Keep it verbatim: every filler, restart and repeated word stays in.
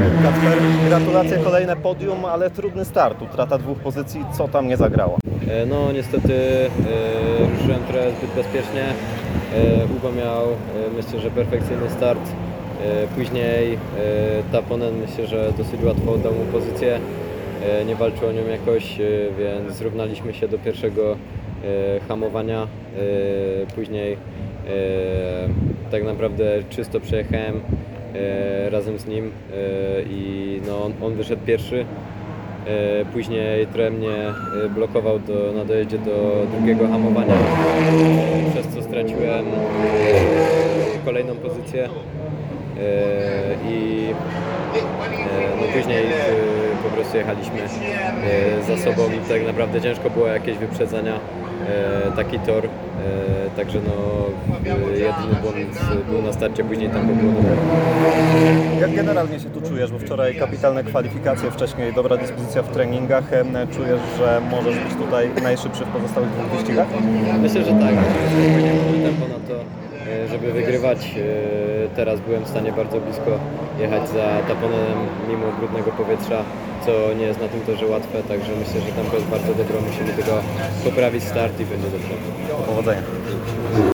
Kacper, gratulacje, kolejne podium, ale trudny start, utrata dwóch pozycji, co tam nie zagrało? E, No niestety e, ruszyłem trochę zbyt bezpiecznie. E, Hugo miał, e, myślę, że perfekcyjny start. E, Później e, Taponen, myślę, że dosyć łatwo oddał mu pozycję. E, Nie walczył o nią jakoś, e, więc zrównaliśmy się do pierwszego e, hamowania. E, Później e, tak naprawdę czysto przejechałem e, razem z nim e, i no, on, on wyszedł pierwszy. E, Później trochę mnie e, blokował do, na dojeździe do drugiego hamowania, e, przez co straciłem e, kolejną pozycję. E, I e, no później e, po prostu jechaliśmy e, za sobą i tak naprawdę ciężko było jakieś wyprzedzenia. E, Taki tor, e, także no e, jedyny błąd był na starcie, później tam było dobre. Jak generalnie się tu czujesz, bo wczoraj kapitalne kwalifikacje, wcześniej dobra dyspozycja w treningach, em, czujesz, że możesz być tutaj najszybszy w pozostałych dwóch wyścigach? Myślę, że tak. Spokojnie mamy tempo na to, e, żeby wygrywać. E, Teraz byłem w stanie bardzo blisko jechać za Taponenem mimo brudnego powietrza, co nie jest na tym torze łatwe, także myślę, że tempo jest bardzo dobre. Musimy tylko poprawić start i będzie dobrze. Powodzenia.